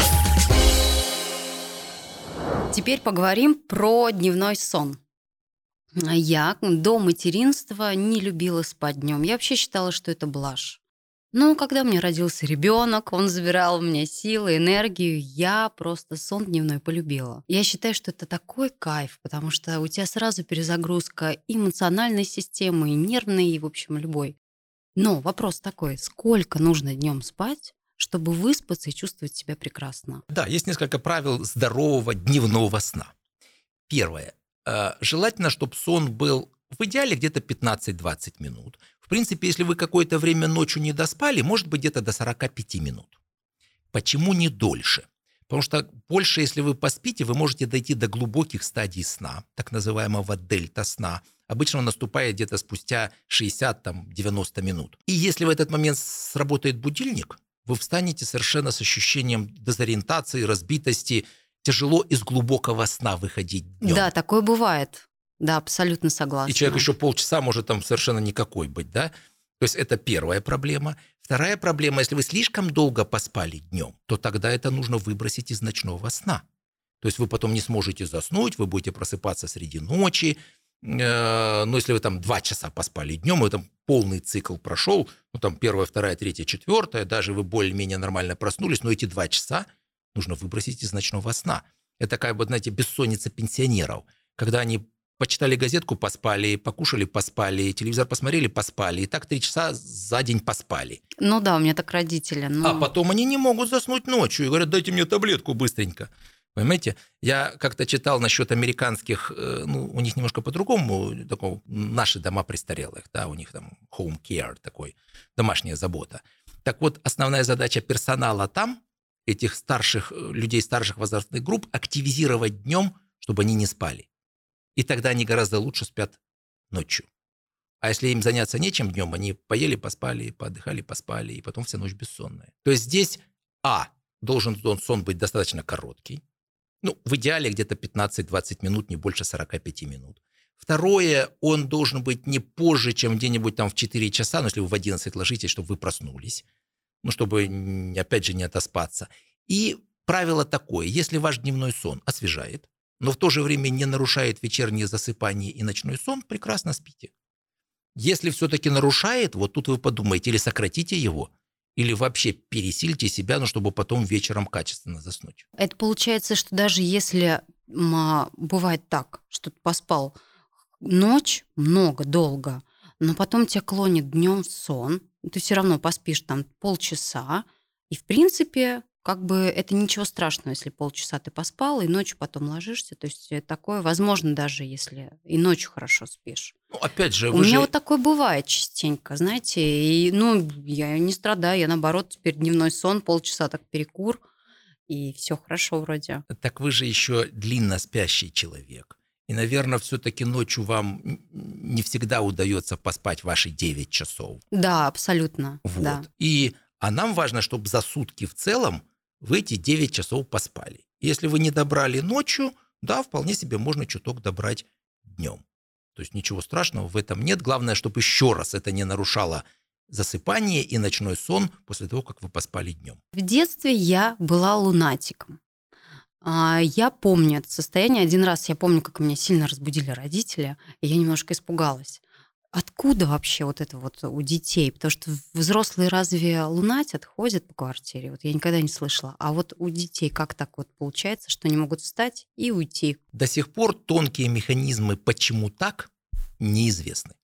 Теперь поговорим про дневной сон. Я до материнства не любила спать днем. Я вообще считала, что это блажь. Но когда у меня родился ребенок, он забирал у меня силы, энергию, я просто сон дневной полюбила. Я считаю, что это такой кайф, потому что у тебя сразу перезагрузка и эмоциональной системы, и нервной, и, в общем, любой. Но вопрос такой, сколько нужно днем спать, чтобы выспаться и чувствовать себя прекрасно? Да, есть несколько правил здорового дневного сна. Первое. Желательно, чтобы сон был в идеале где-то 15-20 минут. В принципе, если вы какое-то время ночью не доспали, может быть где-то до 45 минут. Почему не дольше? Потому что больше, если вы поспите, вы можете дойти до глубоких стадий сна, так называемого дельта-сна. Обычно он наступает где-то спустя 60-90 минут. И если в этот момент сработает будильник, вы встанете совершенно с ощущением дезориентации, разбитости. Тяжело из глубокого сна выходить днем. Да, такое бывает. Да, абсолютно согласна. И человек еще полчаса может совершенно никакой быть, да? То есть это первая проблема. Вторая проблема, если вы слишком долго поспали днем, то тогда это нужно выбросить из ночного сна. То есть вы потом не сможете заснуть, вы будете просыпаться среди ночи. Но если вы 2 часа поспали днем, и полный цикл прошел, 1, 2, 3, 4, даже вы более-менее нормально проснулись, но эти 2 часа нужно выбросить из ночного сна. Это знаете, бессонница пенсионеров, когда они почитали газетку, поспали, покушали, поспали, телевизор посмотрели, поспали. И так 3 часа за день поспали. Ну да, у меня так родители. А потом они не могут заснуть ночью и говорят, дайте мне таблетку быстренько. Понимаете? Я как-то читал насчет американских, у них немножко по-другому, наши дома престарелых, да, у них home care такой, домашняя забота. Так вот, основная задача персонала там, этих старших людей старших возрастных групп, активизировать днем, чтобы они не спали. И тогда они гораздо лучше спят ночью. А если им заняться нечем днем, они поели, поспали, поотдыхали, поспали, и потом вся ночь бессонная. То есть здесь, должен сон быть достаточно короткий. Ну, в идеале где-то 15-20 минут, не больше 45 минут. Второе, он должен быть не позже, чем где-нибудь там в 4 часа, ну, если вы в 11 ложитесь, чтобы вы проснулись, ну, чтобы, опять же, не отоспаться. И правило такое, если ваш дневной сон освежает, но в то же время не нарушает вечернее засыпание и ночной сон, прекрасно спите. Если все-таки нарушает, вот тут вы подумаете, или сократите его, или вообще пересильте себя, ну, чтобы потом вечером качественно заснуть. Это получается, что даже если бывает так, что ты поспал ночь много, долго, но потом тебя клонит днем в сон, ты все равно поспишь там полчаса, и в принципе как бы это ничего страшного, если полчаса ты поспал, и ночью потом ложишься. То есть такое возможно даже, если и ночью хорошо спишь. Ну, опять же, У меня вот такое бывает частенько, знаете, и, я не страдаю, я наоборот, теперь дневной сон, полчаса так перекур, и все хорошо вроде. Так вы же еще длинно спящий человек. И, наверное, все-таки ночью вам не всегда удается поспать ваши 9 часов. Да, абсолютно. Вот. Да. А нам важно, чтобы за сутки в целом вы эти 9 часов поспали. Если вы не добрали ночью, да, вполне себе можно чуток добрать днем. То есть ничего страшного в этом нет. Главное, чтобы еще раз это не нарушало засыпание и ночной сон после того, как вы поспали днем. В детстве я была лунатиком. Я помню это состояние. Один раз я помню, как меня сильно разбудили родители, и я немножко испугалась. Откуда вообще вот это вот у детей? Потому что взрослые разве лунатят, ходят по квартире? Вот я никогда не слышала. А вот у детей как так вот получается, что они могут встать и уйти? До сих пор тонкие механизмы «почему так» неизвестны.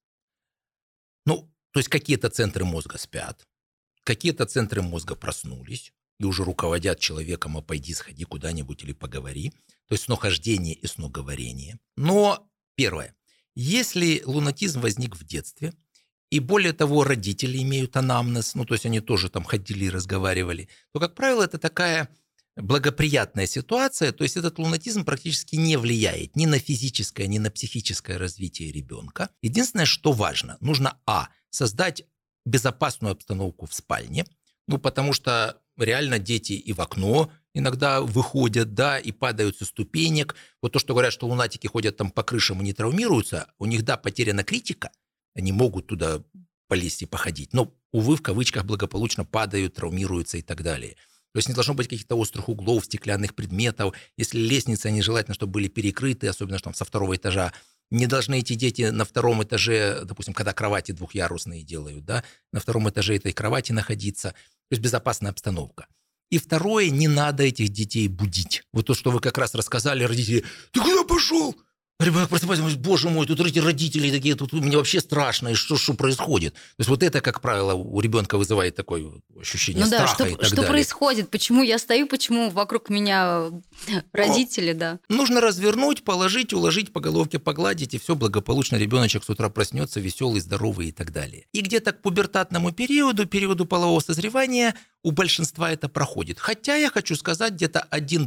Ну, то есть какие-то центры мозга спят, какие-то центры мозга проснулись и уже руководят человеком, а пойди сходи куда-нибудь или поговори. То есть снохождение и сноговорение. Но первое. Если лунатизм возник в детстве, и более того, родители имеют анамнез, ну, то есть они тоже там ходили и разговаривали, то, как правило, это такая благоприятная ситуация, то есть этот лунатизм практически не влияет ни на физическое, ни на психическое развитие ребенка. Единственное, что важно, нужно, создать безопасную обстановку в спальне, ну, потому что реально дети и в окно иногда выходят, да, и падают со ступенек. Вот то, что говорят, что лунатики ходят там по крышам и не травмируются, у них, да, потеряна критика, они могут туда полезть и походить, но, увы, в кавычках, благополучно падают, травмируются и так далее. То есть не должно быть каких-то острых углов, стеклянных предметов. Если лестницы, они желательно, чтобы были перекрыты, особенно что там со второго этажа. Не должны эти дети на втором этаже, допустим, когда кровати двухъярусные делают, да, на втором этаже этой кровати находиться. То есть безопасная обстановка. И второе, не надо этих детей будить. Вот то, что вы как раз рассказали, родители, ты куда пошел? Ребенок просыпается, говорит, боже мой, тут эти родители такие, тут мне вообще страшно, и что происходит? То есть вот это, как правило, у ребенка вызывает такое ощущение страха и так что далее. происходит? Почему я стою, почему вокруг меня родители, да? Нужно развернуть, положить, уложить, по головке погладить, и все благополучно ребеночек с утра проснется, веселый, здоровый и так далее. И где-то к пубертатному периоду полового созревания у большинства это проходит. Хотя я хочу сказать, где-то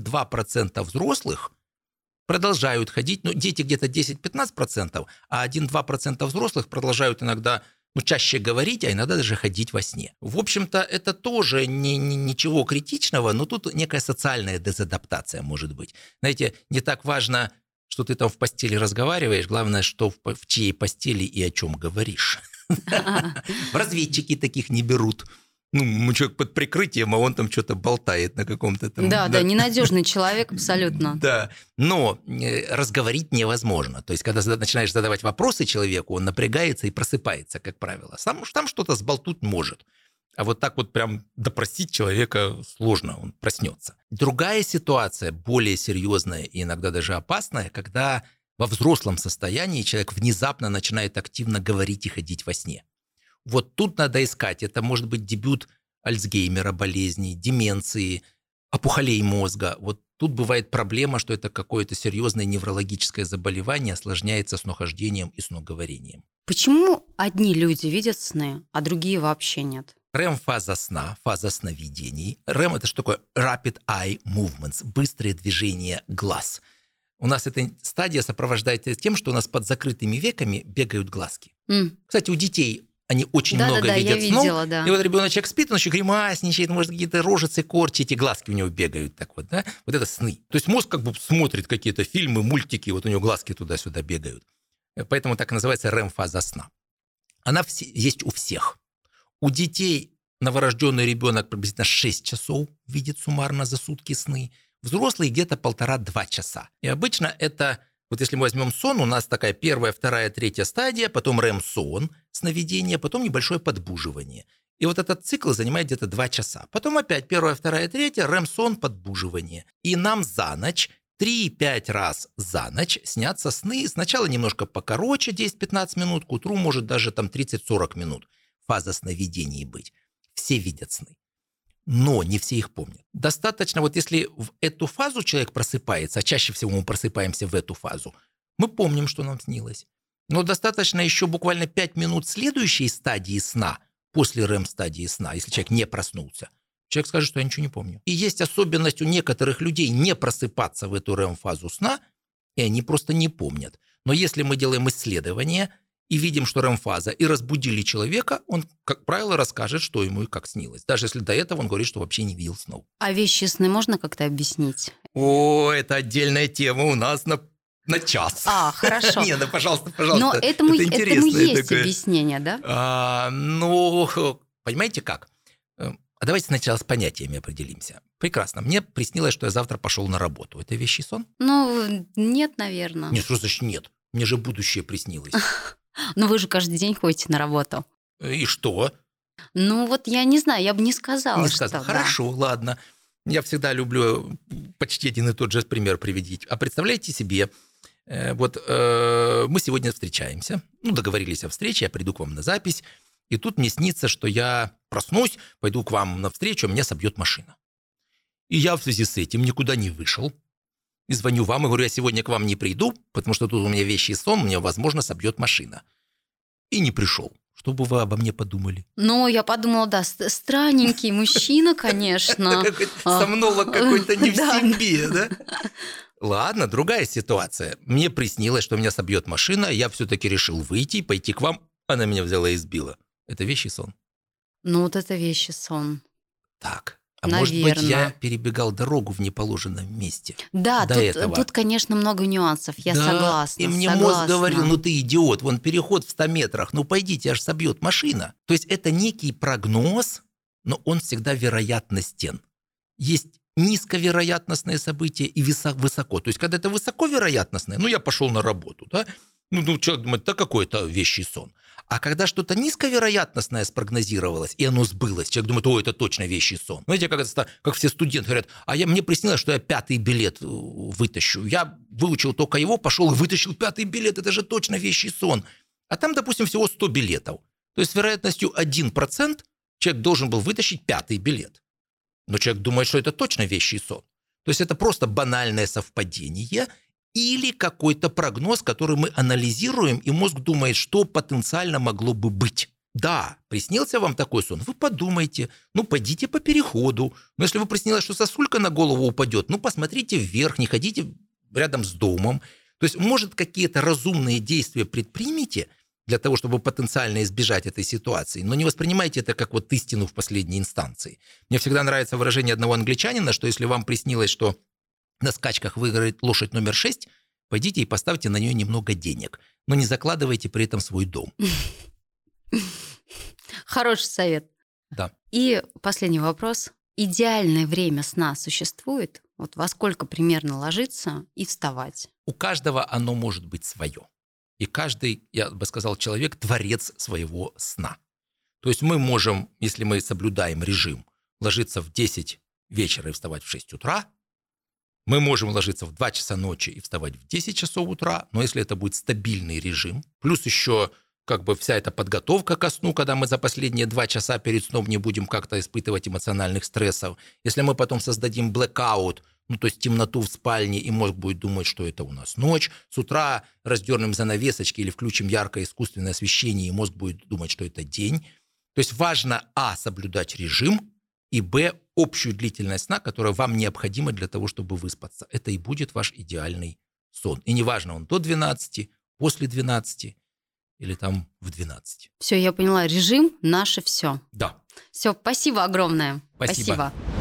1-2% взрослых продолжают ходить, дети где-то 10-15%, а 1-2% взрослых продолжают иногда, чаще говорить, а иногда даже ходить во сне. В общем-то, это тоже ничего критичного, но тут некая социальная дезадаптация может быть. Знаете, не так важно, что ты там в постели разговариваешь, главное, что в чьей постели и о чем говоришь. В разведчики таких не берут. Человек под прикрытием, а он там что-то болтает на каком-то там... Да, ненадежный человек абсолютно. Да, но разговорить невозможно. То есть, когда начинаешь задавать вопросы человеку, он напрягается и просыпается, как правило. Там что-то сболтуть может. А вот так вот прям допросить человека сложно, он проснется. Другая ситуация, более серьезная и иногда даже опасная, когда во взрослом состоянии человек внезапно начинает активно говорить и ходить во сне. Вот тут надо искать. Это может быть дебют Альцгеймера, болезни, деменции, опухолей мозга. Вот тут бывает проблема, что это какое-то серьезное неврологическое заболевание осложняется снохождением и сноговорением. Почему одни люди видят сны, а другие вообще нет? REM-фаза сна, фаза сновидений. REM – это что такое? Rapid Eye Movements, быстрое движение глаз. У нас эта стадия сопровождается тем, что у нас под закрытыми веками бегают глазки. Кстати, у детей они очень много видят снов. Видела, да. И вот ребеночек спит, он еще гримасничает, может, какие-то рожицы корчит, и глазки у него бегают. Так вот, да? Вот это сны. То есть мозг как бы смотрит какие-то фильмы, мультики, вот у него глазки туда-сюда бегают. Поэтому так и называется REM-фаза сна. Она есть у всех. У детей новорожденный ребенок приблизительно 6 часов видит суммарно за сутки сны. Взрослые где-то 1,5-2 часа. И обычно это, вот если мы возьмем сон, у нас такая 1, 2, 3 стадия, потом REM-сон, сновидение, потом небольшое подбуживание. И вот этот цикл занимает где-то 2 часа. Потом опять 1, 2, 3, REM-сон, подбуживание. И нам за ночь 3-5 раз за ночь снятся сны. Сначала немножко покороче, 10-15 минут, к утру может даже там 30-40 минут. Фаза сновидений быть. Все видят сны. Но не все их помнят. Достаточно, вот если в эту фазу человек просыпается, а чаще всего мы просыпаемся в эту фазу, мы помним, что нам снилось. Но достаточно еще буквально 5 минут следующей стадии сна, после REM-стадии сна, если человек не проснулся, человек скажет, что я ничего не помню. И есть особенность у некоторых людей не просыпаться в эту REM-фазу сна, и они просто не помнят. Но если мы делаем исследование и видим, что REM-фаза, и разбудили человека, он, как правило, расскажет, что ему и как снилось. Даже если до этого он говорит, что вообще не видел снов. А вещи сны можно как-то объяснить? О, это отдельная тема у нас на час. Хорошо. Не, ну, пожалуйста. Но этому есть объяснение, да? Понимаете как? А давайте сначала с понятиями определимся. Прекрасно. Мне приснилось, что я завтра пошел на работу. Это вещий сон? Нет, наверное. Нет, что значит нет? Мне же будущее приснилось. Но вы же каждый день ходите на работу. И что? Я не знаю, я бы не сказала, что Хорошо, ладно. Я всегда люблю почти один и тот же пример приводить. А представляете себе, мы сегодня встречаемся, договорились о встрече, я приду к вам на запись, и тут мне снится, что я проснусь, пойду к вам навстречу, а меня собьет машина. И я в связи с этим никуда не вышел. И звоню вам и говорю, я сегодня к вам не приду, потому что тут у меня вещий сон, меня, возможно, собьет машина. И не пришел. Что бы вы обо мне подумали? Я подумала, да, странненький мужчина, конечно. Сомнолог какой-то не в себе, да? Ладно, другая ситуация. Мне приснилось, что меня собьет машина, я все-таки решил выйти и пойти к вам. Она меня взяла и сбила. Это вещий сон. Это вещий сон. Так. Наверное. Может быть, я перебегал дорогу в неположенном месте. Да, тут, конечно, много нюансов, я согласна. И мне мозг говорил, ты идиот, вон переход в 100 метрах, пойдите, аж собьет машина. То есть это некий прогноз, но он всегда вероятностен. Есть низковероятностные события и высоко. То есть когда это высоковероятностное, я пошел на работу, да? Человек думает, какой это вещий сон. А когда что-то низковероятностное спрогнозировалось, и оно сбылось, человек думает, это точно вещий сон. Знаете, как все студенты говорят, мне приснилось, что я 5-й билет вытащу. Я выучил только его, пошел и вытащил 5-й билет, это же точно вещий сон. А там, допустим, всего 100 билетов. То есть с вероятностью 1% человек должен был вытащить 5-й билет. Но человек думает, что это точно вещий сон. То есть это просто банальное совпадение или какой-то прогноз, который мы анализируем, и мозг думает, что потенциально могло бы быть. Да, приснился вам такой сон, вы подумайте, пойдите по переходу. Но если вы приснилось, что сосулька на голову упадет, посмотрите вверх, не ходите рядом с домом. То есть, может, какие-то разумные действия предпримите для того, чтобы потенциально избежать этой ситуации, но не воспринимайте это как истину в последней инстанции. Мне всегда нравится выражение одного англичанина, что если вам приснилось, что на скачках выиграет лошадь номер 6, пойдите и поставьте на нее немного денег, но не закладывайте при этом свой дом. Хороший совет. Да. И последний вопрос. Идеальное время сна существует? Во сколько примерно ложиться и вставать? У каждого оно может быть свое. И каждый, я бы сказал, человек – творец своего сна. То есть мы можем, если мы соблюдаем режим, ложиться в 10 вечера и вставать в 6 утра, мы можем ложиться в 2 часа ночи и вставать в 10 часов утра, но если это будет стабильный режим, плюс еще вся эта подготовка ко сну, когда мы за последние 2 часа перед сном не будем как-то испытывать эмоциональных стрессов, если мы потом создадим блэкаут, то есть темноту в спальне, и мозг будет думать, что это у нас ночь, с утра раздернем занавесочки или включим яркое искусственное освещение, и мозг будет думать, что это день. То есть важно, соблюдать режим, и, общую длительность сна, которая вам необходима для того, чтобы выспаться. Это и будет ваш идеальный сон. И неважно, он до 12, после 12 или там в 12. Все, я поняла. Режим — наше все. Да. Все, спасибо огромное. Спасибо.